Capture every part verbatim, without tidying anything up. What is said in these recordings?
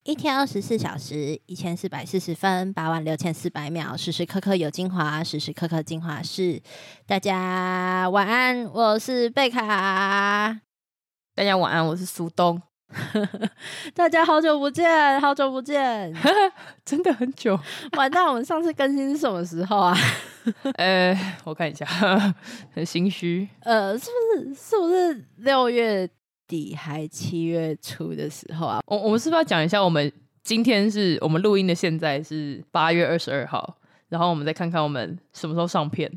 一天二十四小时，一千四百四十分，八万六千四百秒，时时刻刻有精华，时时刻刻精华室。大家晚安，我是贝卡。 大家晚安，我是苏东。 大家好久不见，好久不见， 真的很久。 完蛋，我们上次更新是什么时候啊？ 呃，我看一下，很心虚。 呃，是不是是不是六月底还七月初的时候啊？ 我我们是不是要讲一下，我们今天是我们录音的，现在是八月二十二号，然后我们再看看我们什么时候上片。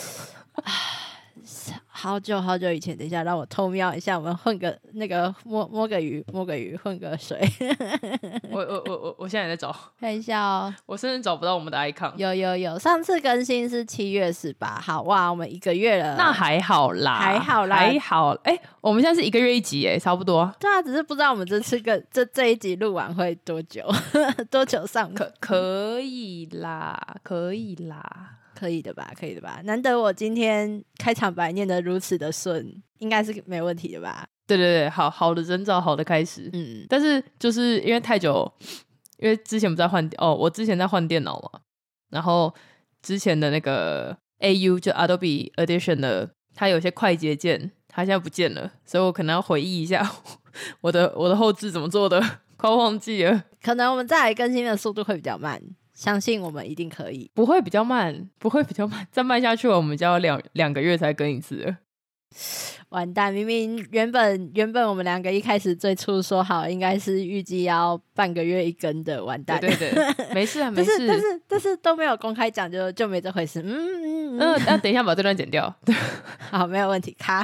好久好久以前，等一下让我偷瞄一下，我们混个那个摸摸个鱼，摸个鱼，混个水。 我我我我我现在也在找， 看一下哦。 我甚至找不到我们的 icon。 有有有，上次更新是七月十八号，哇，我们一个月了。 那还好啦， 还好啦， 还好。哎、欸，我们现在是一个月一集，哎，差不多。 对啊，只是不知道我们这次个这这一集录完会多久，多久上？ 可可以啦，可以啦。 可以的吧，可以的吧。难得我今天开场白念得如此的顺，应该是没问题的吧？ 对对对，好好的征兆，好的开始。嗯，但是就是因为太久，因为之前不在换哦，我之前在换电脑嘛，然后之前的那个 A U 就 Adobe Audition 的，它有些快捷键，它现在不见了，所以我可能要回忆一下我的我的后置怎么做的，快忘记了。 可能我们再来更新的速度会比较慢。相信我们一定可以， 不会比较慢，不会比较慢，再慢下去我们就要两两个月才更一次了。 完蛋，明明原本原本我们两个一开始最初说好应该是预计要半个月一更的，完蛋。 对对对，没事啊，没事。 但是但是但是都没有公开讲，就就没这回事。嗯嗯嗯，那、呃、等一下把这段剪掉。 好，没有问题，卡。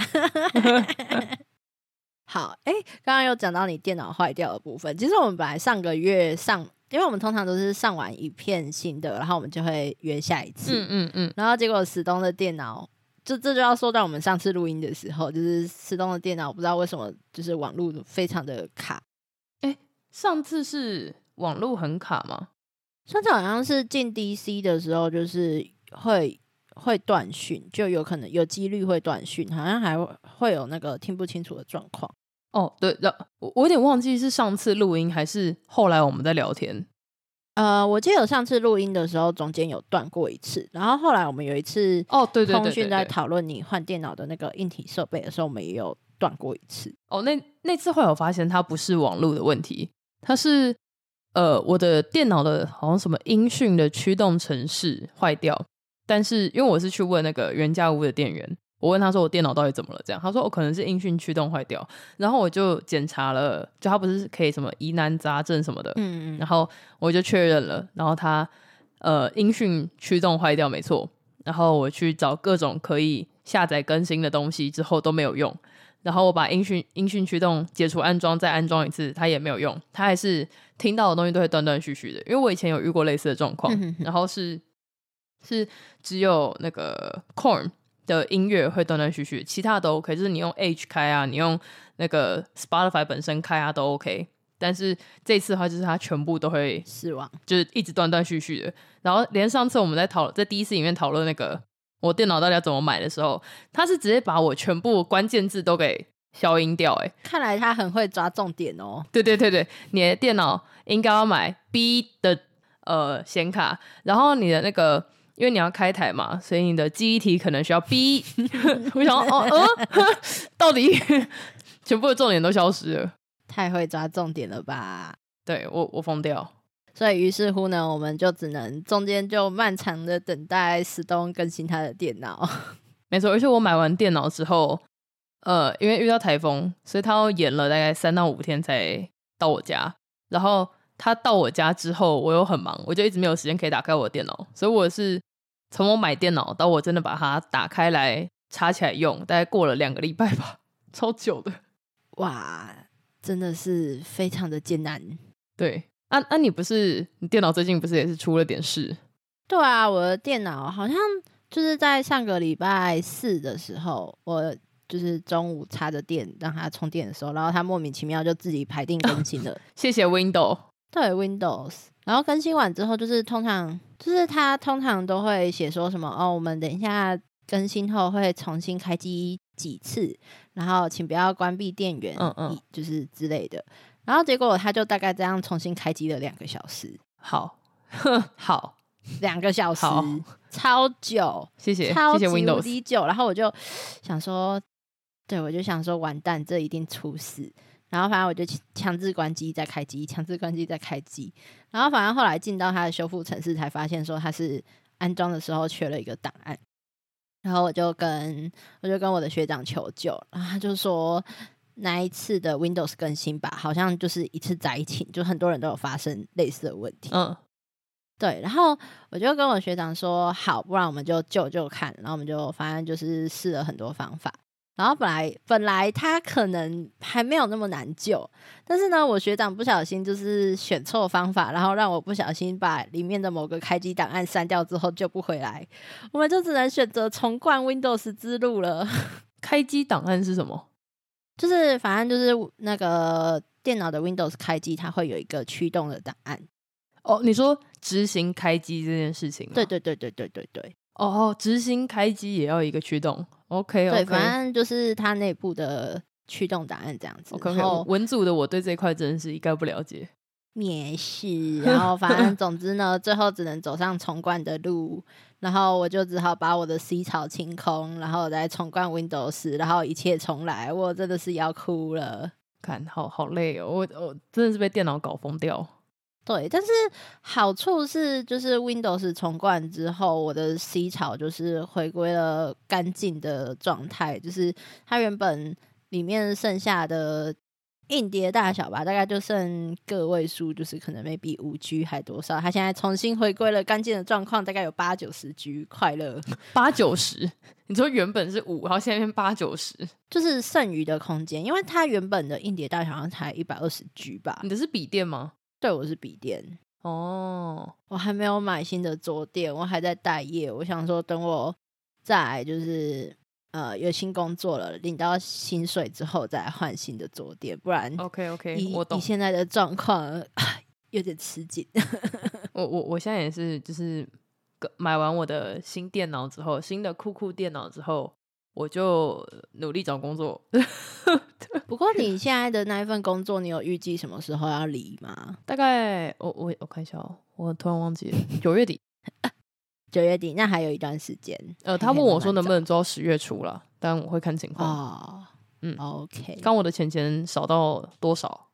好，哎、欸，刚刚有讲到你电脑坏掉的部分，其实我们本来上个月上。因为我们通常都是上完一片新的，然后我们就会约下一次。嗯嗯嗯。然后结果史东的电脑，就这就要说到我们上次录音的时候，就是史东的电脑不知道为什么就是网路非常的卡。 哎，上次是网路很卡吗？ 上次好像是进 D C 的时候，就是会会断讯，就有可能有几率会断讯，好像还会有那个听不清楚的状况。 哦，对，我我有点忘记是上次录音还是后来我们在聊天。 呃，我记得上次录音的时候中间有断过一次，然后后来我们有一次哦，对对对， 通讯在讨论你换电脑的那个硬体设备的时候，我们也有断过一次。 哦，那那次后来我发现它不是网络的问题，它是呃我的电脑的好像什么音讯的驱动程式坏掉，但是因为我是去问那个原价屋的店员。我问他说我电脑到底怎么了，这样他说我、哦、可能是音讯驱动坏掉，然后我就检查了，就他不是可以什么疑难杂症什么的，嗯嗯，然后我就确认了，然后他呃音讯驱动坏掉没错，然后我去找各种可以下载更新的东西之后都没有用，然后我把音讯音讯驱动解除安装再安装一次，它也没有用，它还是听到的东西都会断断续续的，因为我以前有遇过类似的状况，嗯、然后是是只有那个 Korn的音乐会断断续续，其他都 OK， 就是你用 Edge 开啊，你用那个 Spotify 本身开啊都 OK， 但是这次的话就是它全部都会失望， 就是一直断断续续的。然后连上次我们在讨在第一次里面讨论那个我电脑到底要怎么买的时候，他是直接把我全部关键字都给消音掉、欸、 看来他很会抓重点哦。 对对对对，你的电脑应该要买 B 的呃显卡，然后你的那个因为你要开台嘛，所以你的记忆体可能需要 B 我想哦呃到底全部的重点都消失了， 太会抓重点了吧。 对，我我疯掉。 所以于是乎呢，我们就只能中间就漫长的等待史东更新他的电脑。 没错，而且我买完电脑之后呃，因为遇到台风，所以他要延了大概三到五天才到我家，然后他到我家之后我又很忙，我就一直没有时间可以打开我的电脑，所以我是从我买电脑到我真的把它打开来插起来用，大概过了两个礼拜吧，超久的。 哇，真的是非常的艰难。 对，啊啊，你不是你电脑最近不是也是出了点事？ 对啊，我的电脑好像就是在上个礼拜四的时候，我就是中午插着电让它充电的时候，然后它莫名其妙就自己排定更新了。 谢谢 Windows。 对 Windows， 然后更新完之后，就是通常就是它通常都会写说什么哦，我们等一下更新后会重新开机几次，然后请不要关闭电源，嗯嗯，就是之类的。 然后结果他就大概这样重新开机了两个小时。 好好， 两个小时，超久， 谢谢， 超级谢谢 Windows 无敌久。然后我就想说，对我就想说完蛋，这一定出事。然后反正我就强制关机再开机，强制关机再开机。然后反正后来进到它的修复程式，才发现说它是安装的时候缺了一个档案。然后我就跟我就跟我的学长求救，然后他就说那一次的 Windows 更新吧，好像就是一次灾情，就很多人都有发生类似的问题。嗯，对。然后我就跟我学长说，好，不然我们就救救看。然后我们就反正就是试了很多方法。然后本来本来他可能还没有那么难救，但是呢，我学长不小心就是选错方法，然后让我不小心把里面的某个开机档案删掉之后救不回来，我们就只能选择重灌 Windows 之路了。 开机档案是什么？ 就是反正就是那个电脑的 Windows 开机，它会有一个驱动的档案。 哦，你说执行开机这件事情吗？ 对对对对对对对。 哦，执行开机也要一个驱动。OK， 对，反正就是它内部的驱动档案这样子。 OK， 然后文组的我对这一块真的是一概不了解。 也是，然后反正总之呢，最后只能走上重灌的路，然后我就只好把我的 C 槽清空，然后再重灌 Windows， 然后一切重来。我真的是要哭了， 看好好累哦，我我真的是被电脑搞疯掉。 对，但是好处是，就是 Windows 重灌之后，我的 C 槽就是回归了干净的状态，就是它原本里面剩下的硬碟大小吧，大概就剩个位数，就是可能 maybe 五 G 还多少，它现在重新回归了干净的状况，大概有八九十 G， 快乐。 八九十？你说原本是五，然后现在变八九十， 就是剩余的空间，因为它原本的硬碟大小好像才一百二十 G 吧。 你的是笔电吗？ 对，我是笔电。哦，我还没有买新的桌垫，我还在待业。我想说，等我再来就是呃有新工作了，领到薪水之后再来换新的桌垫，不然 OK OK， 以我懂。 以现在的状况有点吃紧。 我我我现在也是，就是买完我的新电脑之后，新的酷酷电脑之后，我就努力找工作。 不过你现在的那一份工作，你有预计什么时候要离吗？ 大概我我我看一下哦，我突然忘记了，九月底。 九月底，那还有一段时间。 呃，他问我说能不能做到十月初啦，但我会看情况。 哦，嗯 ，OK。 刚我的钱钱少到多少？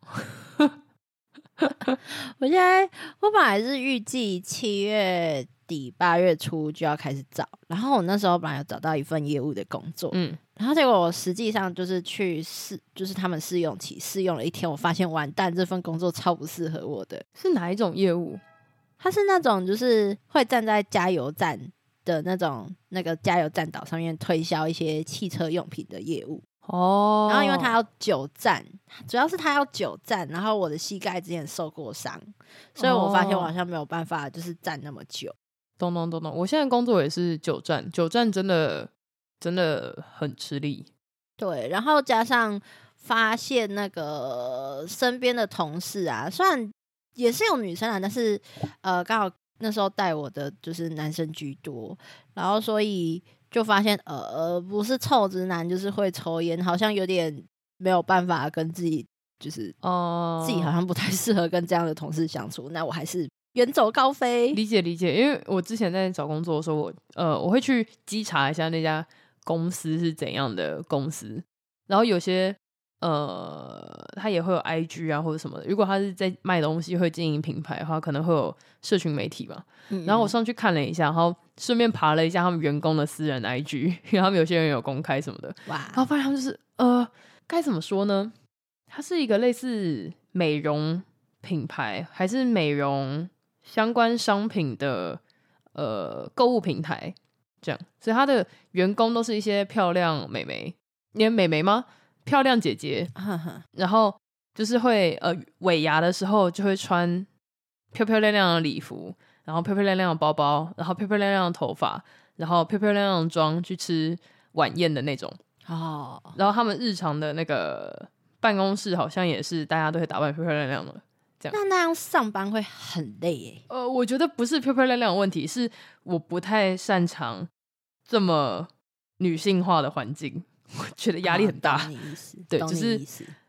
我现在我本来是预计七月底八月初就要开始找，然后我那时候本来有找到一份业务的工作，嗯，然后结果我实际上就是去试，就是他们试用期试用了一天，我发现完蛋，这份工作超不适合我的。 是哪一种业务？ 它是那种就是会站在加油站的那种那个加油站岛上面推销一些汽车用品的业务。哦，然后因为他要久站，主要是他要久站，然后我的膝盖之前受过伤，所以我发现我好像没有办法就是站那么久。 懂懂懂懂，我现在工作也是久站，久站真的真的很吃力。 对，然后加上发现那个身边的同事啊，虽然也是有女生啊，但是呃刚好那时候带我的就是男生居多，然后所以就发现呃不是臭直男就是会抽烟，好像有点没有办法跟自己就是哦、呃、自己好像不太适合跟这样的同事相处，那我还是远走高飞。 理解理解，因为我之前在找工作的时候，我呃我会去稽查一下那家公司是怎样的公司，然后有些呃他也会有 I G 啊或者什么的，如果他是在卖东西会经营品牌的话，可能会有社群媒体嘛、嗯、然后我上去看了一下，然后顺便爬了一下他们员工的私人 I G， 因为他们有些人有公开什么的，哇，然后发现他们就是呃该怎么说呢，它是一个类似美容品牌还是美容相关商品的呃购物平台这样，所以他的员工都是一些漂亮美眉，你美眉吗？漂亮姐姐，然后就是会呃尾牙的时候就会穿漂漂亮亮的礼服，然后漂漂亮亮的包包，然后漂漂亮亮的头发，然后漂漂亮亮的妆去吃晚宴的那种哦。然后他们日常的那个办公室好像也是大家都会打扮漂漂亮亮的。这样那那样上班会很累耶。 呃，我觉得不是漂漂亮亮的问题，是我不太擅长这么女性化的环境，我觉得压力很大。 懂你意思， 对，就是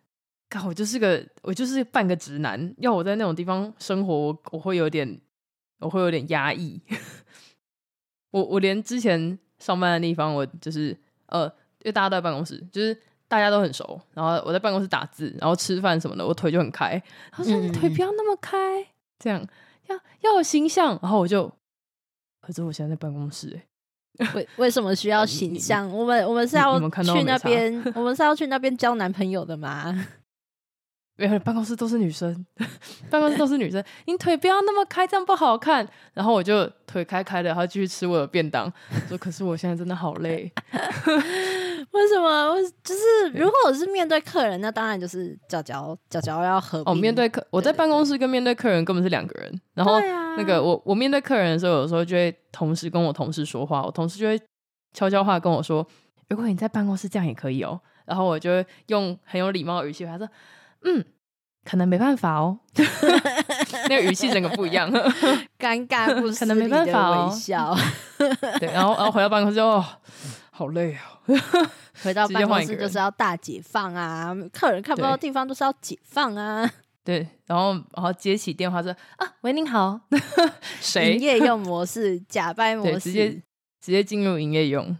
God, 我就是个我就是半个直男，要我在那种地方生活，我我会有点我会有点压抑。我我连之前上班的地方，我就是呃，因为大家都在办公室，就是大家都很熟，然后我在办公室打字，然后吃饭什么的，我腿就很开。他说：“你腿不要那么开，这样要要有形象。”然后我就，可是我现在在办公室、欸。 为为什么需要形象？我们我们是要去那边，我们是要去那边交男朋友的吗？ 没有，办公室都是女生，办公室都是女生，你腿不要那么开，这样不好看。然后我就腿开开的，然后继续吃我的便当。说，可是我现在真的好累。 为什么？就是如果我是面对客人，那当然就是脚脚脚脚要合并。 哦，面对客，我在办公室跟面对客人根本是两个人。然后那个我我面对客人的时候，有时候就会同时跟我同事说话，我同事就会悄悄话跟我说：“如果你在办公室这样也可以哦。”然后我就会用很有礼貌的语气回他说：“嗯，可能没办法哦。”那个语气整个不一样， 尴尬不可能没办法哦。 微笑， 对，然后然后回到办公室就哦，好累哦。 回到办公室就是要大解放啊，客人看不到的地方都是要解放啊。 对，然后然后接起电话说：“啊，喂，您好。”谁？ 营业用模式，假掰模式， 直接直接进入营业用。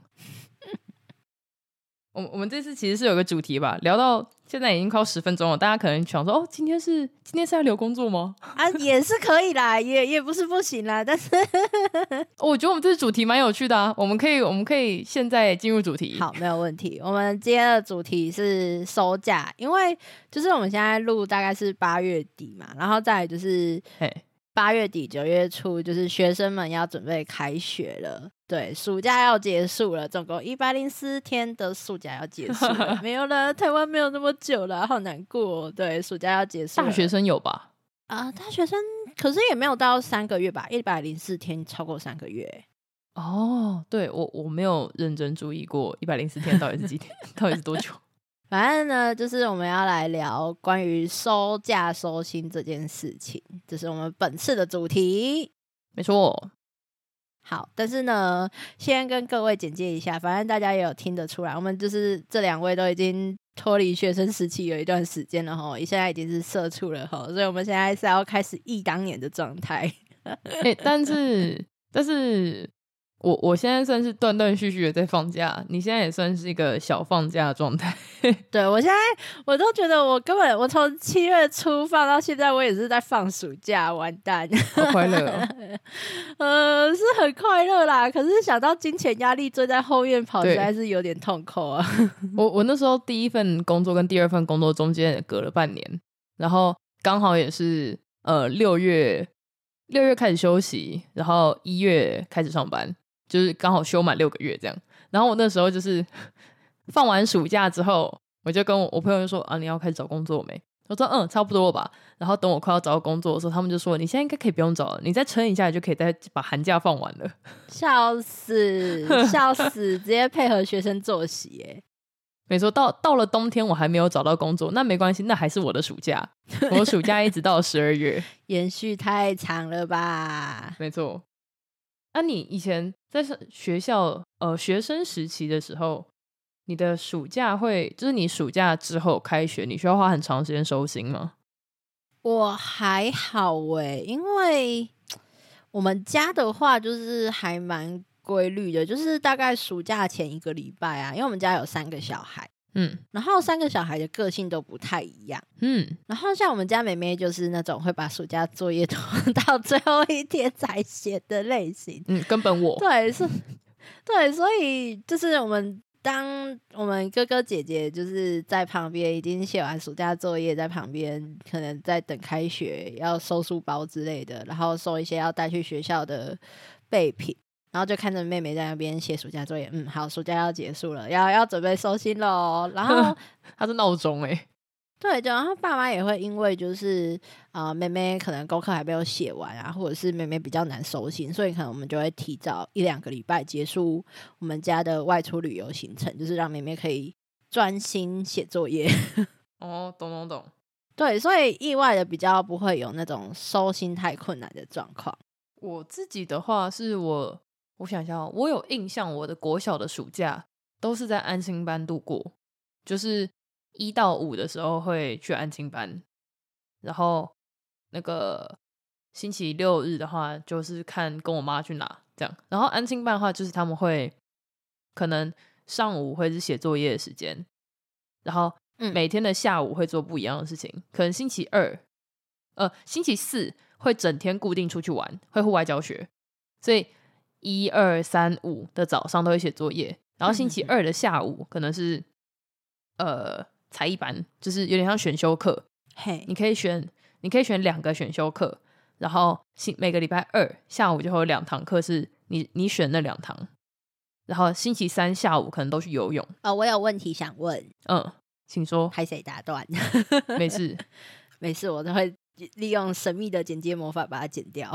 我我们这次其实是有个主题吧，聊到现在已经快十分钟了，大家可能想说，哦，今天是今天是在聊工作吗？ 啊，也是可以啦，也也不是不行啦，但是我觉得我们这次主题蛮有趣的啊，我们可以我们可以现在进入主题。 好，没有问题。我们今天的主题是收假，因为就是我们现在录大概是八月底嘛，然后再来就是八月底九月初，就是学生们要准备开学了。对，暑假要结束了，总共一百零四天的暑假要结束了，没有了，台湾没有那么久了，好难过、哦。对，暑假要结束了。 大学生有吧？ 啊、呃，大学生可是也没有到三个月吧，一百零四天超过三个月。 哦，对我我没有认真注意过一百零四天到底是几天，到底是多久？ 反正呢，就是我们要来聊关于收假收薪这件事情，这是我们本次的主题。 没错。 好，但是呢，先跟各位简介一下，反正大家也有听得出来，我们就是这两位都已经脱离学生时期有一段时间了齁，现在已经是社畜了齁，所以我们现在是要开始忆当年的状态。 欸，但是但是我我现在算是断断续续的在放假，你现在也算是一个小放假的状态。 对，我现在我都觉得我根本我从七月初放到现在，我也是在放暑假，完蛋， 好快乐哦。 呃，是很快乐啦，可是想到金钱压力追在后面跑，实在是有点痛苦啊。 我我那时候第一份工作跟第二份工作中间隔了半年，然后刚好也是呃六月六月开始休息，然后一月开始上班。就是刚好休满六个月这样，然后我那时候就是放完暑假之后，我就跟我我朋友就说啊，你要开始找工作没？我说嗯，差不多吧。然后等我快要找到工作的时候，他们就说你现在应该可以不用找了，你再撑一下，你就可以再把寒假放完了。 笑死，笑死，直接配合学生作息耶。 没错，到到了冬天我还没有找到工作，那没关系，那还是我的暑假。我暑假一直到十二月， 延续太长了吧？ 没错。那、啊、你以前在学校呃学生时期的时候，你的暑假会就是你暑假之后开学，你需要花很长时间收心吗？ 我还好耶，因为我们家的话就是还蛮规律的，就是大概暑假前一个礼拜啊，因为我们家有三个小孩。嗯，然后三个小孩的个性都不太一样。嗯，然后像我们家妹妹就是那种会把暑假作业拖到最后一天才写的类型。 嗯，根本我对是，对，所以就是我们当我们哥哥姐姐就是在旁边已经写完暑假作业，在旁边可能在等开学，要收书包之类的，然后收一些要带去学校的备品。然后就看着妹妹在那边写暑假作业，嗯，好，暑假要结束了，要要准备收心咯。然后他是闹钟哎， 对，然后爸妈也会因为就是啊、呃，妹妹可能功课还没有写完啊，或者是妹妹比较难收心，所以可能我们就会提早一两个礼拜结束我们家的外出旅游行程，就是让妹妹可以专心写作业。 哦，懂懂懂。 对，所以意外的比较不会有那种收心太困难的状况。 我自己的话是我。我想一下，我有印象，我的国小的暑假都是在安心班度过，就是一到五的时候会去安亲班，然后那个星期六日的话就是看跟我妈去哪这样。然后安亲班的话就是他们会可能上午会是写作业的时间，然后每天的下午会做不一样的事情，可能星期二呃星期四会整天固定出去玩，会户外教学，所以一二三五的早上都会写作业，然后星期二的下午可能是呃才艺班，就是有点像选修课， 嘿， 你可以选你可以选两个选修课，然后每个礼拜二下午就会有两堂课是你你选那两堂，然后星期三下午可能都去游泳。 哦，我有问题想问。 嗯，请说。 拍谁打断？ 没事没事，我都会利用神秘的剪接魔法把它剪掉。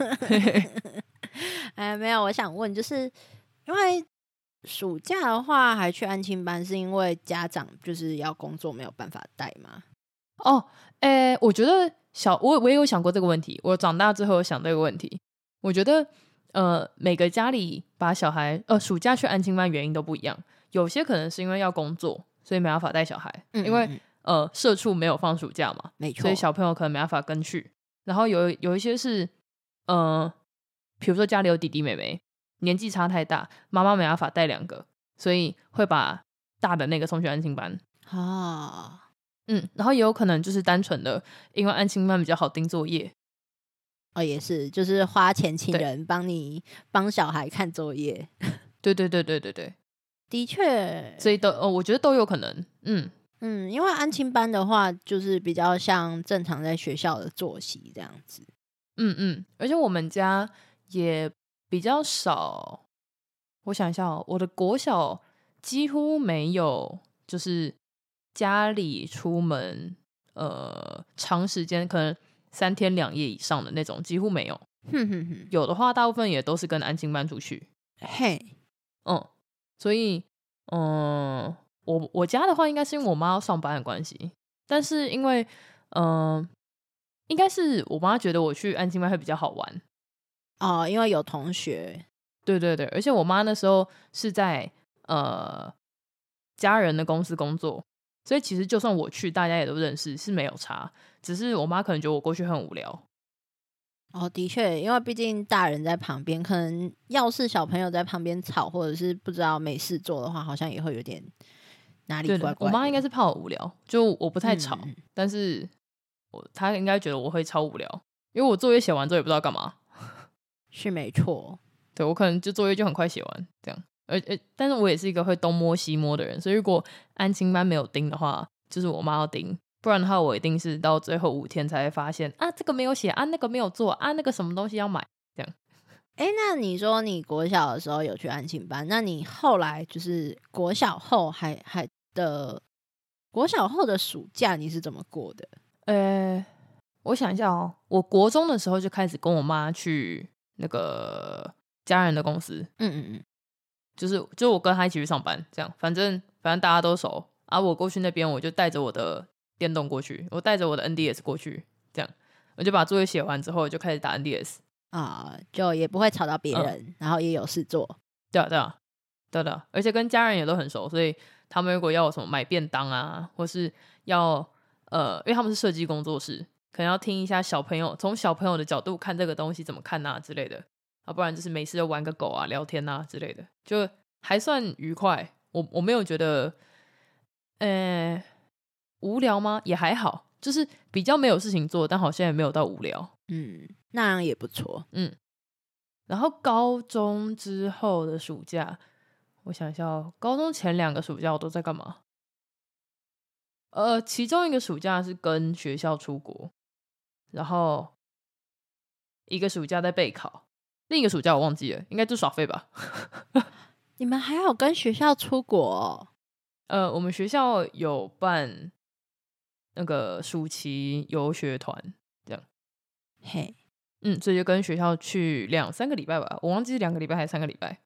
哎，没有，我想问，就是因为暑假的话还去安亲班，是因为家长就是要工作没有办法带吗？ 哦，诶，我觉得小我我也有想过这个问题，我长大之后有想这个问题。我觉得呃，每个家里把小孩呃暑假去安亲班原因都不一样，有些可能是因为要工作，所以没办法带小孩，嗯嗯嗯因为呃社畜没有放暑假嘛， 没错， 所以小朋友可能没办法跟去。然后有有一些是呃，比如说家里有弟弟妹妹，年纪差太大，妈妈没办法带两个，所以会把大的那个送去安亲班啊。 嗯，然后也有可能就是单纯的因为安亲班比较好盯作业。 哦，也是，就是花钱请人帮你帮小孩看作业。 对对对对对对， 的确， 所以都哦，我觉得都有可能。嗯嗯，因为安亲班的话，就是比较像正常在学校的作息这样子。 嗯嗯，而且我们家也比较少。我想一下哦，我的国小几乎没有，就是家里出门呃长时间可能三天两夜以上的那种几乎没有。 哼哼哼， 有的话大部分也都是跟安亲班出去。 嘿， 嗯，所以嗯，我我家的话应该是因为我妈要上班的关系，但是因为嗯，应该是我妈觉得我去安亲班会比较好玩哦，因为有同学。 对对对，而且我妈那时候是在呃家人的公司工作，所以其实就算我去大家也都认识，是没有差，只是我妈可能觉得我过去很无聊。 哦，的确，因为毕竟大人在旁边，可能要是小朋友在旁边吵，或者是不知道没事做的话，好像也会有点哪里怪怪的。 我妈应该是怕我无聊，就我不太吵，嗯、但是我她应该觉得我会超无聊，因为我作业写完之后也不知道干嘛。 是没错， 对我可能就作业就很快写完这样，而而但是我也是一个会东摸西摸的人，所以如果安亲班没有盯的话，就是我妈要盯。不然的话我一定是到最后五天才会发现啊这个没有写啊那个没有做啊那个什么东西要买这样。 哎，那你说你国小的时候有去安亲班，那你后来就是国小后还还的国小后的暑假你是怎么过的？ 呃，我想一下哦，我国中的时候就开始跟我妈去那个家人的公司，嗯嗯嗯，就是就我跟她一起去上班这样，反正反正大家都熟啊，我过去那边我就带着我的电动过去，我带着我的 N D S 过去，这样我就把作业写完之后就开始打 N D S 啊，就也不会吵到别人、嗯，然后也有事做。 对啊，对啊，对的、啊，而且跟家人也都很熟，所以他们如果要我什么买便当啊，或是要呃，因为他们是设计工作室，可能要听一下小朋友从小朋友的角度看这个东西怎么看啊之类的，啊，不然就是没事就玩个狗啊、聊天啊之类的，就还算愉快。我我没有觉得，呃。无聊吗？也还好，就是比较没有事情做，但好像也没有到无聊。 嗯，那样也不错。 嗯，然后高中之后的暑假，我想一下哦，高中前两个暑假我都在干嘛？呃，其中一个暑假是跟学校出国，然后一个暑假在备考，另一个暑假我忘记了，应该就耍废吧。 你们还有跟学校出国哦？ 呃，我们学校有办那个暑期游学团，这样， 嘿， 嗯，所以就跟学校去两三个礼拜吧，我忘记是两个礼拜还是三个礼拜。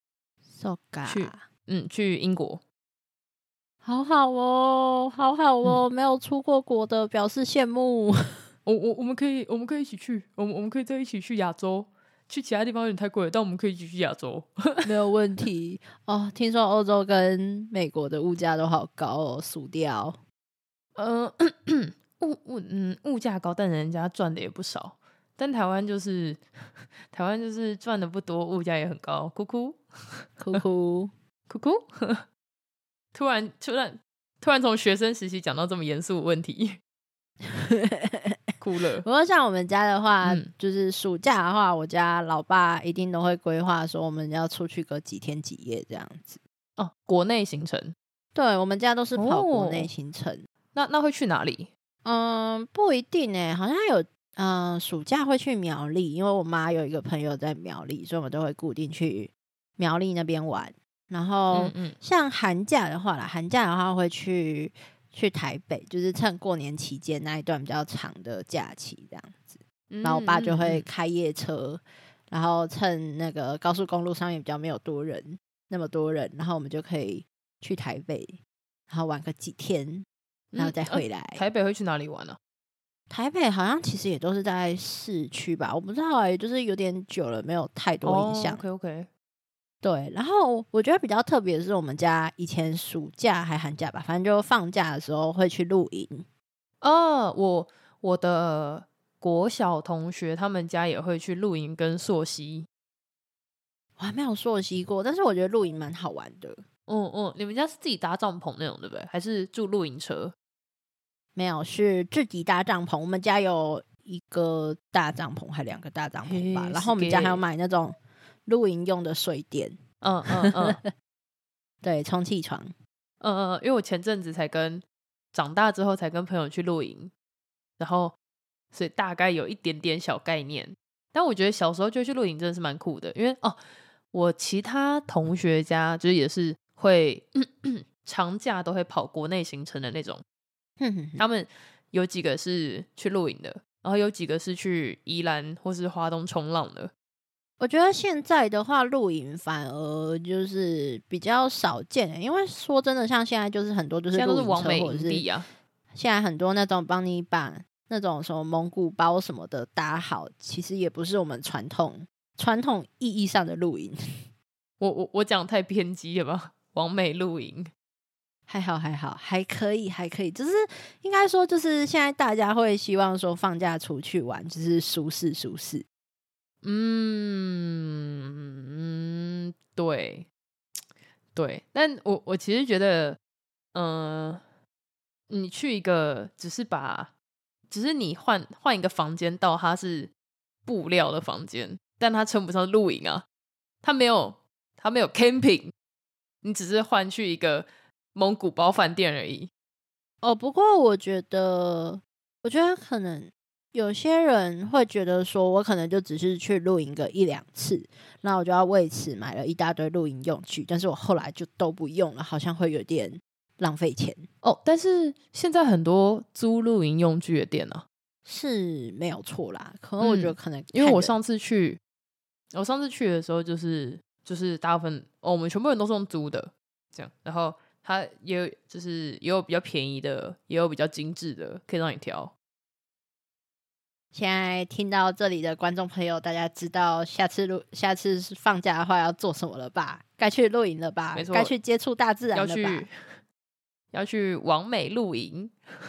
So ga， 去，嗯，去英国， 好好哦，好好哦，嗯、没有出过国的表示羡慕。 我我我们可以，我们可以一起去，我们我们可以再一起去亚洲，去其他地方有点太贵了，但我们可以一起去亚洲， 没有问题哦。听说欧洲跟美国的物价都好高哦，数掉。 呃，物物嗯物价高，但人家赚的也不少。但台湾就是台湾就是赚的不多，物价也很高，哭哭哭哭哭哭。突然突然突然从学生时期讲到这么严肃的问题，哭了。 不过像我们家的话、嗯、就是暑假的话，我家老爸一定都会规划说我们要出去个几天几夜这样子。 哦，国内行程。 对，我们家都是跑国内行程。哦、 那那会去哪里？ 嗯，不一定耶，好像有嗯，暑假会去苗栗，因为我妈有一个朋友在苗栗，所以我们都会固定去苗栗那边玩。然后像寒假的话啦，寒假的话会去去台北，就是趁过年期间那一段比较长的假期这样子。然后我爸就会开夜车，然后趁那个高速公路上面比较没有多人那么多人，然后我们就可以去台北，然后玩个几天，然后再回来。 嗯呃、台北会去哪里玩啊？ 台北好像其实也都是在市区吧，我不知道哎、欸，就是有点久了，没有太多印象。 Oh, OK OK。 对，然后我觉得比较特别的是，我们家以前暑假还寒假吧，反正就放假的时候会去露营。 哦，我我的国小同学他们家也会去露营跟溯溪。 我还没有溯溪过，但是我觉得露营蛮好玩的。 嗯嗯，你们家是自己搭帐篷那种对不对？还是住露营车？ 没有，是自己搭帐篷。我们家有一个大帐篷，还两个大帐篷吧。然后我们家还有买那种露营用的水垫。 嗯嗯嗯， 对，充气床。 嗯嗯，因为我前阵子才跟长大之后才跟朋友去露营，然后所以大概有一点点小概念。但我觉得小时候就去露营真的是蛮酷的，因为哦，我其他同学家就是也是会咳咳长假都会跑国内行程的那种。他们有几个是去露营的，然后有几个是去宜兰或是花东冲浪的。 我觉得现在的话露营反而就是比较少见，因为说真的像现在就是很多就是露营车或者是现在很多那种帮你把那种什么蒙古包什么的搭好，其实也不是我们传统传统意义上的露营。 我我我讲太偏激了吧？网美露营还好还好还可以还可以，就是应该说就是现在大家会希望说放假出去玩就是舒适舒适。 嗯嗯，对对，但我我其实觉得嗯、呃，你去一个只是把只是你换换一个房间到它是布料的房间，但它称不上露营啊，它没有它没有 camping， 你只是换去一个蒙古包饭店而已。 哦，不过我觉得我觉得可能有些人会觉得说我可能就只是去露营个一两次，那我就要为此买了一大堆露营用具，但是我后来就都不用了，好像会有点浪费钱。 哦，但是现在很多租露营用具的店啊是没有错啦，可能我觉得可能、嗯、 因为我上次去我上次去的时候就是就是大部分、哦、我们全部人都是用租的这样，然后它也有就是也有比较便宜的，也有比较精致的，可以让你挑。 现在听到这里的观众朋友，大家知道下次露下次放假的话要做什么了吧？该去露营了吧？该去接触大自然了吧？ 要去要去网美露营。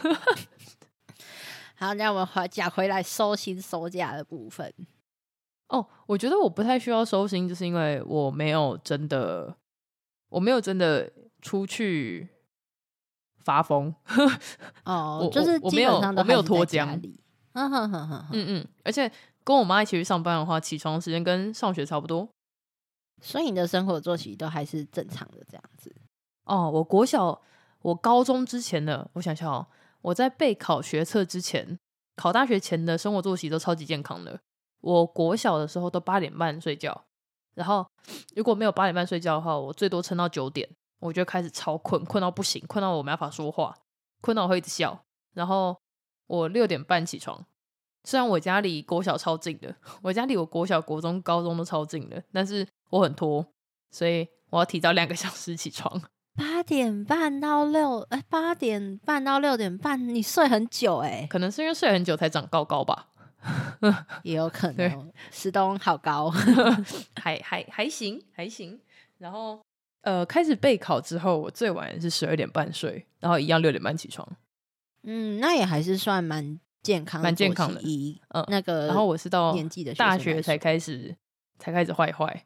好，那我们讲回来收心收假的部分。 哦，我觉得我不太需要收心，就是因为我没有真的我没有真的出去发疯。 哦，就是基本上都我没有脱缰。 嗯哼哼哼， 嗯嗯，而且跟我妈一起去上班的话，起床时间跟上学差不多， 所以你的生活作息都还是正常的这样子。 哦，我国小、我高中之前的，我想想哦，我在备考学测之前、考大学前的生活作息都超级健康的。我国小的时候都八点半睡觉，然后如果没有八点半睡觉的话，我最多撑到九点，我就开始超困，困到不行，困到我没办法说话，困到我会一直笑，然后我六点半起床，虽然我家离国小超近的，我家离我国小、国中、高中都超近的，但是我很拖，所以我要提早两个小时起床。 八点半到六，哎，八点半到六点半，你睡很久哎、欸。 可能是因为睡很久才长高高吧， 也有可能。石东好高， 还还还行还行。然后呃，开始备考之后，我最晚是十二点半睡，然后一样六点半起床。 嗯，那也还是算蛮健康的， 蛮健康的。 嗯，那个然后我是到年纪的大学才开始才开始坏坏，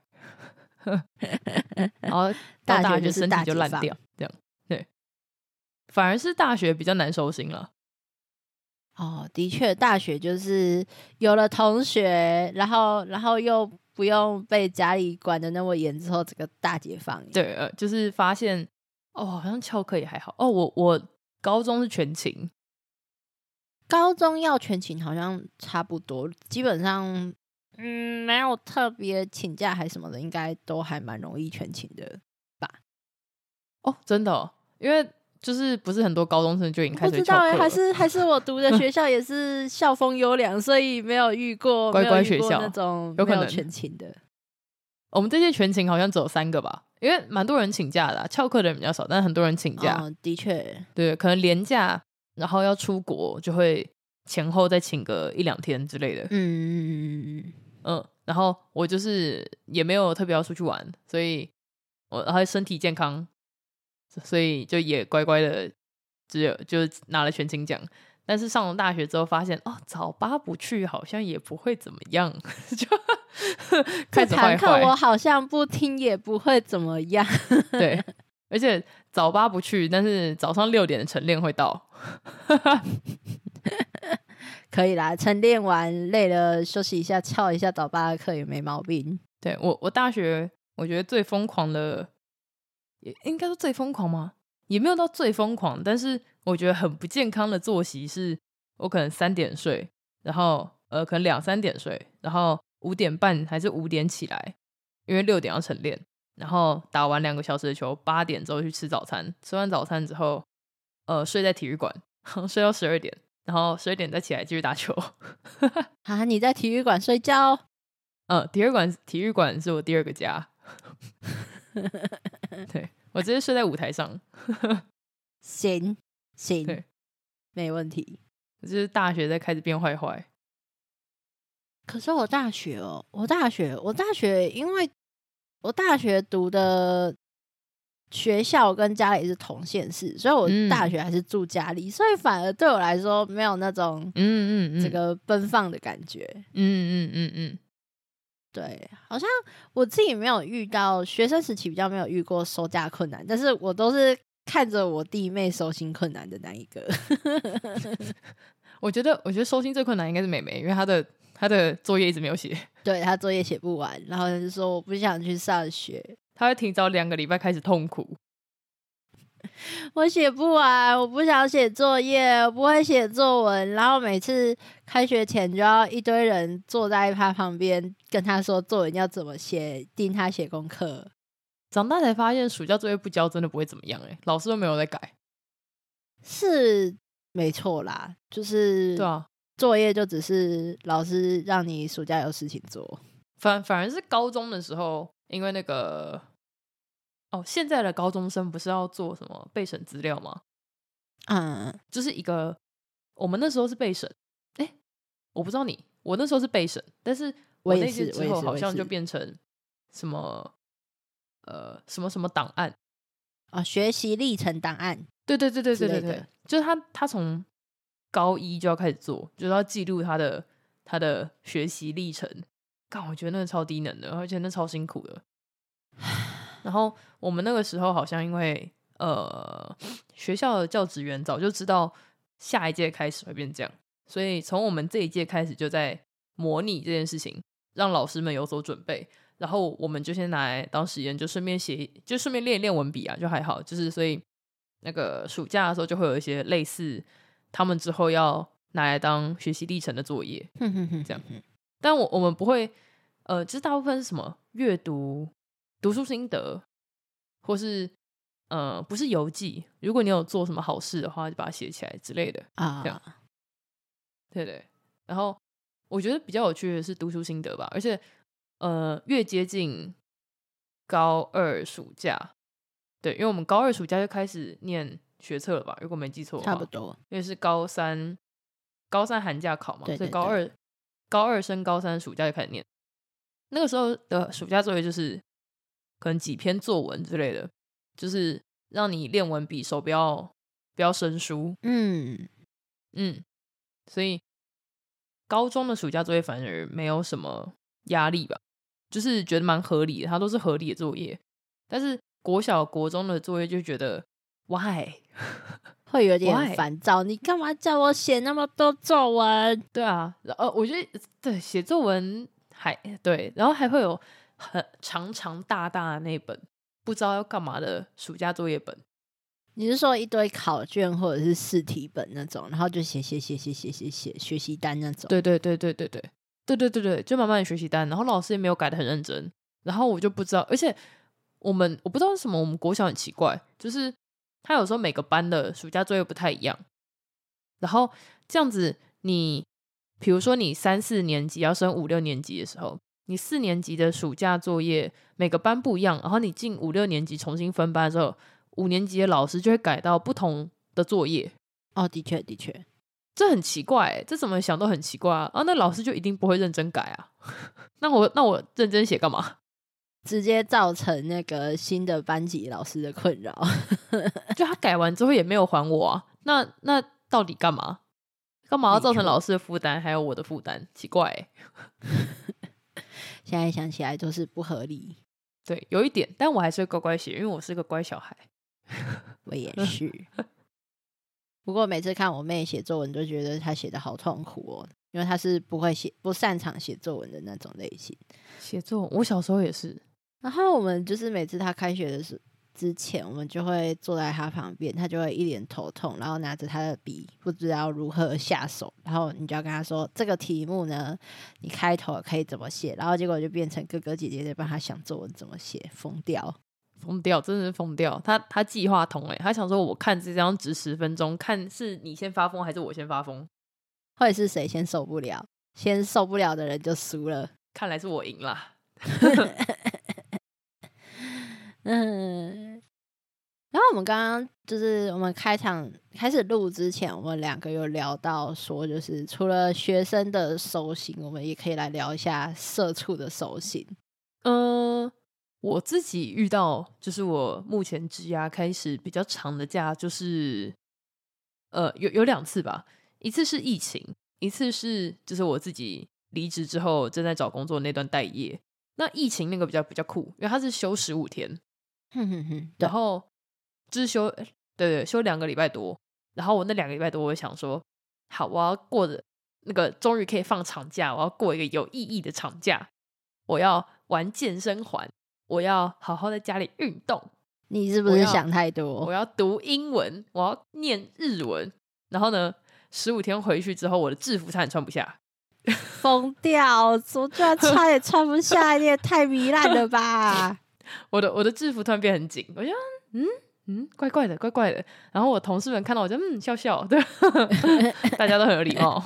然后到大学身体就烂掉，这样对。反而是大学比较难收心了。 哦，的确，大学就是有了同学，然后然后又不用被家里管的那么严，之后这个大解放。 对，呃，就是发现哦，好像翘课也还好。哦，我我高中是全勤， 高中要全勤好像差不多，基本上嗯没有特别请假还什么的，应该都还蛮容易全勤的吧？ 哦，真的哦，因为。就是不是很多高中生就已经开始翘课了， 不知道、欸、还是还是我读的学校也是校风优良，所以没有遇过乖乖学校那种有可能全勤的。 我们这届全勤好像只有三个吧，因为蛮多人请假的、啊，翘课的人比较少，但很多人请假。 哦，的确， 对，可能连假，然后要出国就会前后再请个一两天之类的。嗯嗯嗯嗯，然后我就是也没有特别要出去玩，所以我然后身体健康。所以就也乖乖的，只有就拿了全勤奖。但是上了大学之后发现，哦，早八不去好像也不会怎么样，就开始坏坏。 这堂课我好像不听也不会怎么样。 对，而且早八不去，但是早上六点的晨练会到。 可以啦，晨练完累了休息一下，翘一下早八的课也没毛病。 对，我我大学我觉得最疯狂的。也应该说最疯狂吗？也没有到最疯狂，但是我觉得很不健康的作息是，我可能三点睡，然后呃可能两三点睡，然后五点半还是五点起来，因为六点要晨练，然后打完两个小时的球，八点之后去吃早餐，吃完早餐之后，呃睡在体育馆，睡到十二点，然后十二点再起来继续打球。 啊，你在体育馆睡觉？ 嗯，体育馆体育馆是我第二个家。对，我直接睡在舞台上。 行行，对，没问题。 就是大学在开始变坏坏。 可是我大学哦，我大学我大学，因为我大学读的学校跟家里是同县市，所以我大学还是住家里，嗯、所以反而对我来说没有那种嗯嗯嗯这个奔放的感觉。嗯嗯嗯嗯。对，好像我自己没有遇到学生时期比较没有遇过收假困难，但是我都是看着我弟妹收心困难的那一个。 我觉得，我觉得收心最困难应该是妹妹，因为她的她的作业一直没有写， 对，她作业写不完，然后就说我不想去上学， 她会提早两个礼拜开始痛苦。 我写不完，我不想写作业，我不会写作文，然后每次开学前就要一堆人坐在他旁边跟他说作文要怎么写，盯他写功课。 长大才发现暑假作业不交真的不会怎么样，欸，老师都没有在改。 是没错啦，就是对啊， 作业就只是老师让你暑假有事情做。 反反而是高中的时候，因为那个哦，现在的高中生不是要做什么备审资料吗？嗯，就是一个我们那时候是备审，哎、欸，我不知道你，我那时候是备审，但是我那届之后好像就变成什么呃什么什么档案哦，学习历程档案。 对对对对对对对，就是他他从高一就要开始做，就是要记录他的他的学习历程。干，我觉得那个超低能的，而且那超辛苦的。然后我们那个时候好像因为呃学校的教职员早就知道下一届开始会变这样，所以从我们这一届开始就在模拟这件事情，让老师们有所准备。然后我们就先拿来当实验，就顺便写，就顺便练一练文笔啊，就还好。就是所以那个暑假的时候就会有一些类似他们之后要拿来当学习历程的作业，这样。但我我们不会，呃，就是大部分是什么阅读、读书心得，或是呃，不是游记。如果你有做什么好事的话，就把它写起来之类的啊。这样，对对。然后我觉得比较有趣的是读书心得吧，而且呃，越接近高二暑假，对，因为我们高二暑假就开始念学测了吧？如果没记错的话， 差不多， 因为是高三，高三寒假考嘛， 对对对， 所以高二。高二升高三暑假就开始念，那个时候的暑假作业就是可能几篇作文之类的，就是让你练文笔，手不要不要生疏。嗯， 嗯，所以高中的暑假作业反而没有什么压力吧，就是觉得蛮合理的，它都是合理的作业。但是国小国中的作业就觉得 why 会有点烦躁，你干嘛叫我写那么多作文？ 对啊，呃，我觉得对写作文还对，然后还会有很长长大大的那本不知道要干嘛的暑假作业本。 你是说一堆考卷或者是试题本那种，然后就写写写写写写写学习单那种？ 对对对对对对对对对对，就慢慢的学习单，然后老师也没有改得很认真，然后我就不知道，而且我们我不知道为什么我们国小很奇怪，就是他有时候每个班的暑假作业不太一样，然后这样子你比如说你三四年级要升五六年级的时候，你四年级的暑假作业每个班不一样，然后你进五六年级重新分班的时候，五年级的老师就会改到不同的作业。 哦，的确的确， 这很奇怪欸，这怎么想都很奇怪啊！啊，那老师就一定不会认真改啊？那我那我认真写干嘛？ 直接造成那个新的班级老师的困扰。 就他改完之后也没有还我啊，那那到底干嘛？干嘛要造成老师的负担，还有我的负担？奇怪欸。 现在想起来都是不合理。 对，有一点，但我还是会乖乖写，因为我是个乖小孩。 我也是。不过每次看我妹写作文，都觉得她写的好痛苦哦，因为她是不会写、不擅长写作文的那种类型。 写作文，我小时候也是。 然后我们就是每次她开学的时之前，我们就会坐在她旁边，她就会一脸头痛，然后拿着她的笔，不知道如何下手。然后你就要跟她说，这个题目呢，你开头可以怎么写，然后结果就变成哥哥姐姐在帮她想作文怎么写，疯掉。 疯掉，真的是疯掉。他他计划通哎，他想说我看这张纸十分钟，看是你先发疯还是我先发疯， 或者是谁先受不了，先受不了的人就输了。 看来是我赢啦。 嗯，然后我们刚刚就是我们开场开始录之前，我们两个有聊到说，就是除了学生的收心，我们也可以来聊一下社畜的收心。 嗯。我自己遇到就是我目前职涯开始比较长的假，就是呃有有两次吧，一次是疫情，一次是就是我自己离职之后正在找工作那段待业。那疫情那个比较比较酷，因为它是休十五天， 哼哼哼， 然后就是休对对休两个礼拜多，然后我那两个礼拜多，我想说，好，我要过的那个终于可以放长假，我要过一个有意义的长假，我要玩健身环。我要好好在家里运动。 你是不是想太多？ 我要读英文，我要念日文。然后呢，十五天回去之后，我的制服差点穿不下， 疯掉！我居然穿也穿不下，你也太糜烂了吧！ 我的我的制服突然变很紧，我就嗯嗯，怪怪的，怪怪的。然后我同事们看到我就嗯笑笑，对，大家都很有礼貌。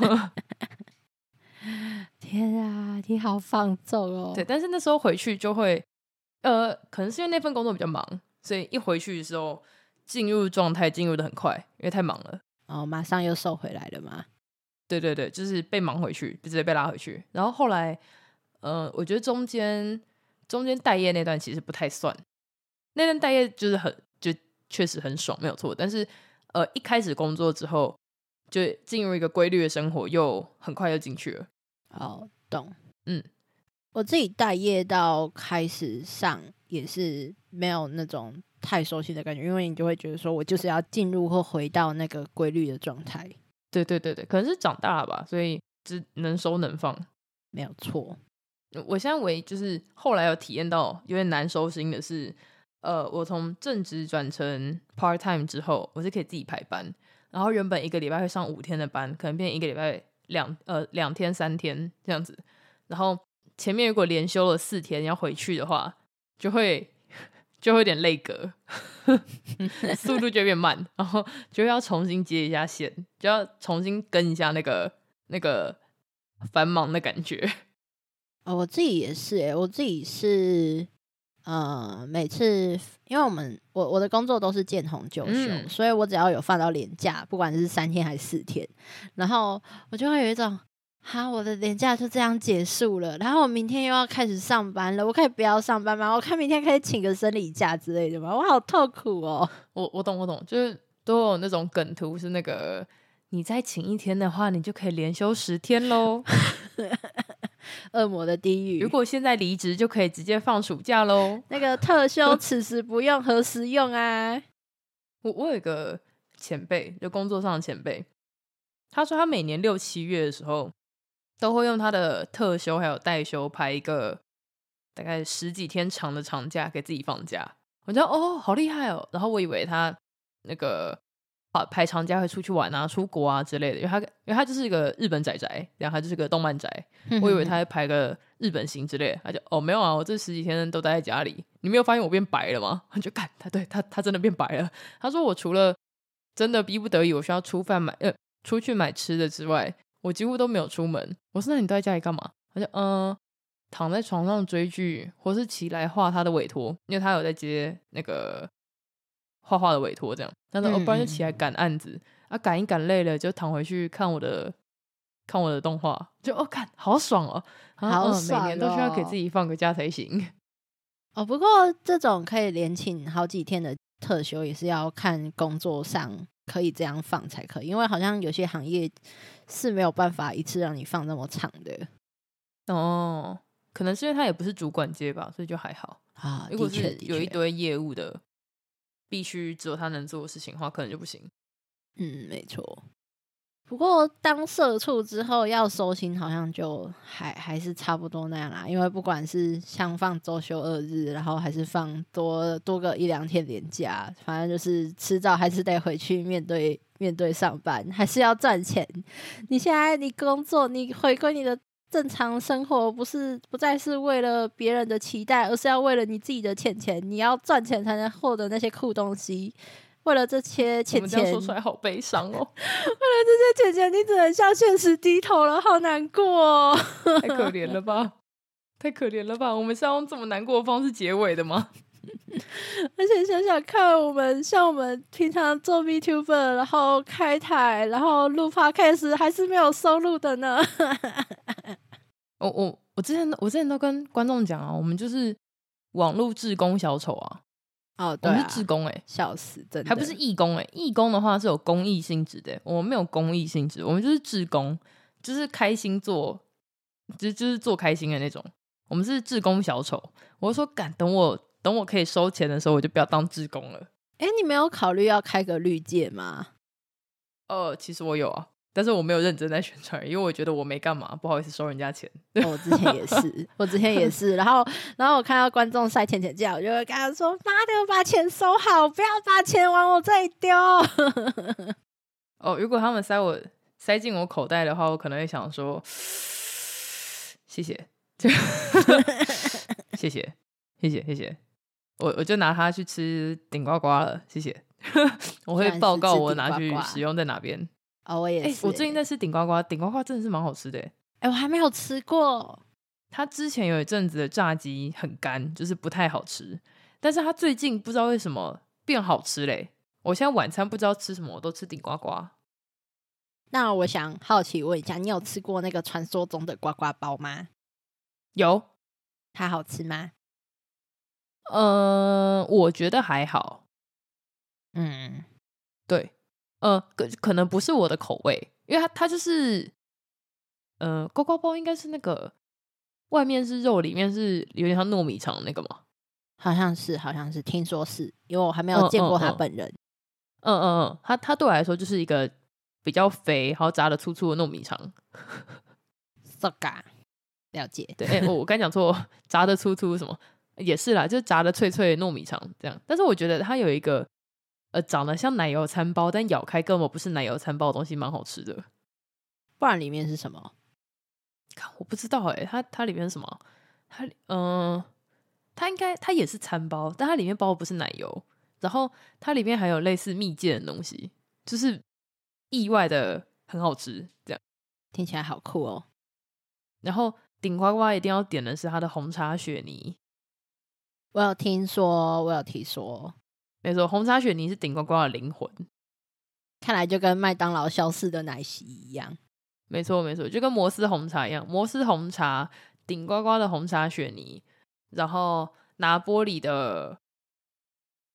天啊，你好放纵哦！ 对，但是那时候回去就会。呃，可能是因为那份工作比较忙，所以一回去的时候进入状态进入的很快，因为太忙了。 哦，马上又瘦回来了吗？ 对对对，就是被忙回去，直接被拉回去。然后后来，呃，我觉得中间中间待业那段其实不太算，那段待业就是很就确实很爽，没有错。但是呃，一开始工作之后，就进入一个规律的生活，又很快就进去了。 哦，懂， 嗯。 我自己待业到开始上也是没有那种太熟悉的感觉，因为你就会觉得说我就是要进入或回到那个规律的状态。 对对对对，可能是长大了吧，所以只能收能放， 没有错。 我现在唯就是后来有体验到有点难收心的是，呃，我从正职转成 part time 之后，我是可以自己排班，然后原本一个礼拜会上五天的班，可能变一个礼拜两呃两天三天这样子，然后。前面如果连休了四天要回去的话，就会就会有点累格，速度就会变慢，然后就要重新接一下线，就要重新跟一下那个那个繁忙的感觉。 哦，我自己也是耶，我自己是呃，每次因为我们我我的工作都是见红就休、嗯，所以我只要有放到连假，不管是三天还是四天，然后我就会有一种。哈，我的连假就这样结束了，然后我明天又要开始上班了，我可以不要上班吗？我看明天可以请个生理假之类的吗？我好痛苦哦。 我我懂我懂，就是都有那种梗图是那个你再请一天的话，你就可以连休十天咯。 恶魔的地狱。 如果现在离职，就可以直接放暑假咯。 那个特休此时不用何时用啊？ 我我有一个前辈，就工作上的前辈，他说他每年六七月的时候，都会用他的特休还有代休排一个大概十几天长的长假给自己放假。我觉得哦，好厉害哦。然后我以为他那个排长假会出去玩啊、出国啊之类的，因为他因为他就是一个日本宅宅，然后他就是个动漫宅，我以为他会排个日本行之类的。他就哦没有啊，我这十几天都待在家里。你没有发现我变白了吗？他就干他对他他真的变白了。他说我除了真的逼不得已我需要出饭买呃出去买吃的之外，我几乎都没有出门。我说那你都在家里干嘛？他就嗯躺在床上追剧，或是起来画他的委托，因为他有在接那个画画的委托这样。但是、嗯、哦，不然就起来赶案子啊，赶一赶累了就躺回去看我的看我的动画，就哦看好爽哦， 好爽哦、 嗯，每年都需要给自己放个假才行。 哦，不过这种可以连请好几天的特休也是要看工作上可以这样放才可以，因为好像有些行业是没有办法一次让你放那么长的。 哦，可能是因为他也不是主管阶吧，所以就还好啊。 如果是有一堆业务的必须只有他能做的事情的话，可能就不行。 嗯，没错。不过当社畜之后要收心好像就还还是差不多那样啦，因为不管是像放周休二日，然后还是放多多个一两天连假，反正就是迟早还是得回去面对面对上班，还是要赚钱。你现在你工作，你回归你的正常生活，不是不再是为了别人的期待，而是要为了你自己的钱钱，你要赚钱才能获得那些酷东西。为了这些钱钱，我们这样说出来好悲伤哦。为了这些钱钱，你只能向现实低头了，好难过哦。 太可怜了吧，太可怜了吧！我们是要用这么难过的方式结尾的吗？ 而且想想看，我们像我们平常做 VTuber， 然后开台，然后录 Podcast， 还是没有收入的呢。 我我我之前我之前都跟观众讲啊，我们就是网络志工小丑啊。 哦，对、啊， 我们是志工哎、欸， 笑死，真的还不是义工哎、欸，义工的话是有公益性质的、欸，我们没有公益性质，我们就是志工，就是开心做，就就是做开心的那种。我们是志工小丑，我就说干，等我等我可以收钱的时候，我就不要当志工了。 哎、欸，你没有考虑要开个绿界吗？ 呃，其实我有啊。但是我没有认真在宣传，因为我觉得我没干嘛，不好意思收人家钱。 哦、我之前也是，我之前也是。然后，然后我看到观众塞钱钱价，我就会跟他说：“妈的，把钱收好，不要把钱往我这里丢。” 哦，如果他们塞我塞进我口袋的话，我可能会想说：“谢谢，谢谢，谢谢，谢谢。”我我就拿它去吃顶呱呱了，谢谢。我会报告我拿去使用在哪边。 哦，我也是、欸欸。我最近在吃顶呱呱，顶呱呱真的是蛮好吃的、欸。 哎、欸，我还没有吃过。 它之前有一阵子的炸鸡很干，就是不太好吃。但是它最近不知道为什么变好吃嘞、欸。我现在晚餐不知道吃什么，我都吃顶呱呱。 那我想好奇问一下，你有吃过那个传说中的呱呱包吗？ 有。 它好吃吗？ 呃，我觉得还好。 嗯， 对。呃，可可能不是我的口味，因为它它就是，呃，呱呱包应该是那个外面是肉，里面是有点像糯米肠那个嘛， 好像是，好像是，听说是，因为我还没有见过他本人。 嗯嗯嗯，他他对我来说就是一个比较肥，然后炸的粗粗的糯米肠。 so ga 了解。 对，哎、欸，我我刚讲错，炸的粗粗什么也是啦，就是炸的脆脆的糯米肠这样。但是我觉得它有一个。呃，长得像奶油餐包，但咬开根本不是奶油餐包的东西，蛮好吃的。 不然里面是什么？ 我不知道哎、欸，它它里面是什么？它嗯、呃，它应该它也是餐包，但它里面包的不是奶油，然后它里面还有类似蜜饯的东西，就是意外的很好吃，这样听起来好酷哦。 然后顶呱呱一定要点的是它的红茶雪泥， 我有听说，我有听说。 没错，红茶雪泥是顶呱呱的灵魂， 看来就跟麦当劳消逝的奶昔一样。 没错没错，就跟摩斯红茶一样，摩斯红茶、顶呱呱的红茶雪泥，然后拿玻璃的，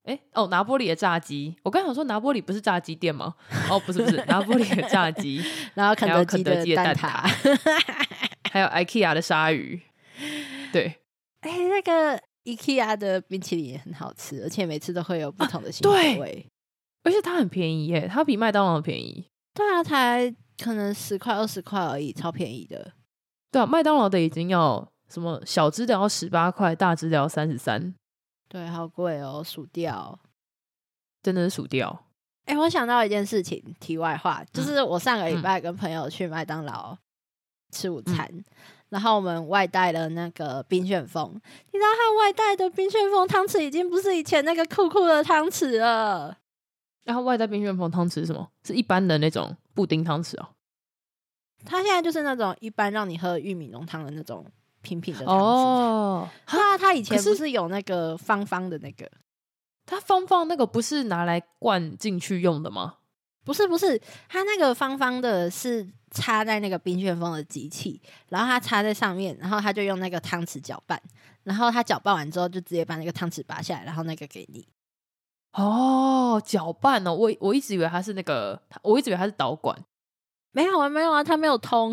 哎、欸、哦，拿坡里的炸鸡，我刚想说拿坡里不是炸鸡店吗？哦，不是不是，拿坡里的炸鸡， 然后肯德基的蛋挞，还有 IKEA 的鲨鱼，对， 哎、欸，那个 IKEA 的冰淇淋也很好吃，而且每次都会有不同的新口味、啊， 而且它很便宜耶，它比麦当劳便宜。 对啊，才可能十块二十块而已，超便宜的。 对啊，麦当劳的已经要什么小只的要十八块，大只的要三十三。 对，好贵哦，薯条真的是薯条。 哎、欸，我想到一件事情，题外话，就是我上个礼拜跟朋友去麦当劳吃午餐、嗯，然后我们外带了那个冰旋风，你知道他外带的冰旋风汤匙已经不是以前那个酷酷的汤匙了。 然后外带冰旋风汤匙是什么？是一般的那种布丁汤匙哦。 他现在就是那种一般让你喝玉米浓汤的那种平平的汤匙哦。 他他以前不是有那个方方的那个？ 它方方那个不是拿来灌进去用的吗？ 不是不是，它那个方方的是插在那个冰旋风的机器，然后它插在上面，然后他就用那个汤匙搅拌，然后他搅拌完之后就直接把那个汤匙拔下来，然后那个给你。 哦，搅拌哦，我我一直以为它是那个，我一直以为它是导管。 没有啊，没有啊，它没有通。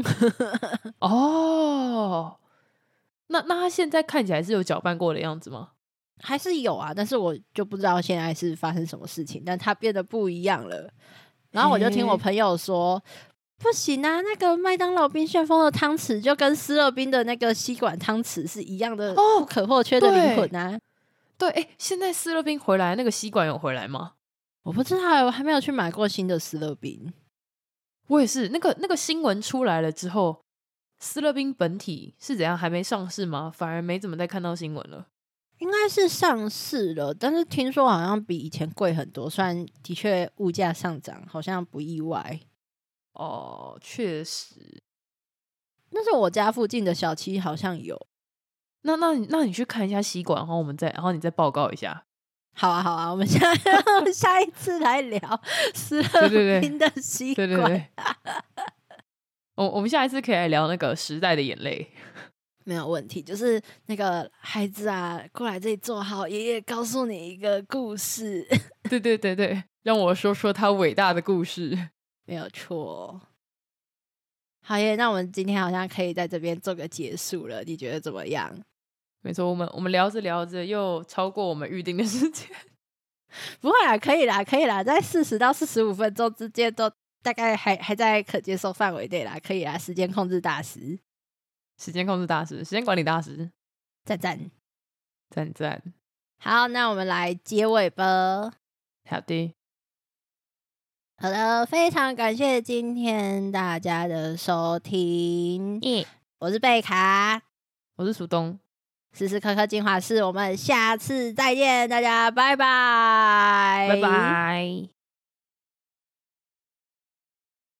哦，那那它现在看起来是有搅拌过的样子吗？ 还是有啊，但是我就不知道现在是发生什么事情，但它变得不一样了。然后我就听我朋友说，不行啊，那个麦当劳冰旋风的汤匙就跟斯乐冰的那个吸管汤匙是一样的，不可或缺的灵魂啊。 对，哎、欸，现在斯乐冰回来，那个吸管有回来吗？ 我不知道，我还没有去买过新的斯乐冰。 我也是，那个那个新闻出来了之后，斯乐冰本体是怎样？还没上市吗？反而没怎么再看到新闻了。 应该是上市了，但是听说好像比以前贵很多，虽然的确物价上涨，好像不意外。 哦，确实。 但是我家附近的小七好像有。 那那你那你去看一下吸管，然后我们再，然后你再报告一下。 好啊，好啊，我们下下一次来聊斯乐冰的吸管。对对对。 我我们下一次可以来聊那个时代的眼泪。 没有问题，就是那个孩子啊，过来这里坐好，爷爷告诉你一个故事。 对对对对，让我说说他伟大的故事。 没有错。好耶，那我们今天好像可以在这边做个结束了，你觉得怎么样？ 没错，我们我们聊着聊着又超过我们预定的时间。 不会啦，可以啦，可以啦，在四十到四十五分钟之间都大概还还在可接受范围内啦，可以啦，时间控制大师。 时间控制大师，时间管理大师， 赞赞赞赞。 好，那我们来结尾吧。 好的， 好的，非常感谢今天大家的收听。 嗯， 我是贝卡， 我是苏东， 时时刻刻精华室，我们下次再见，大家拜拜， 拜拜。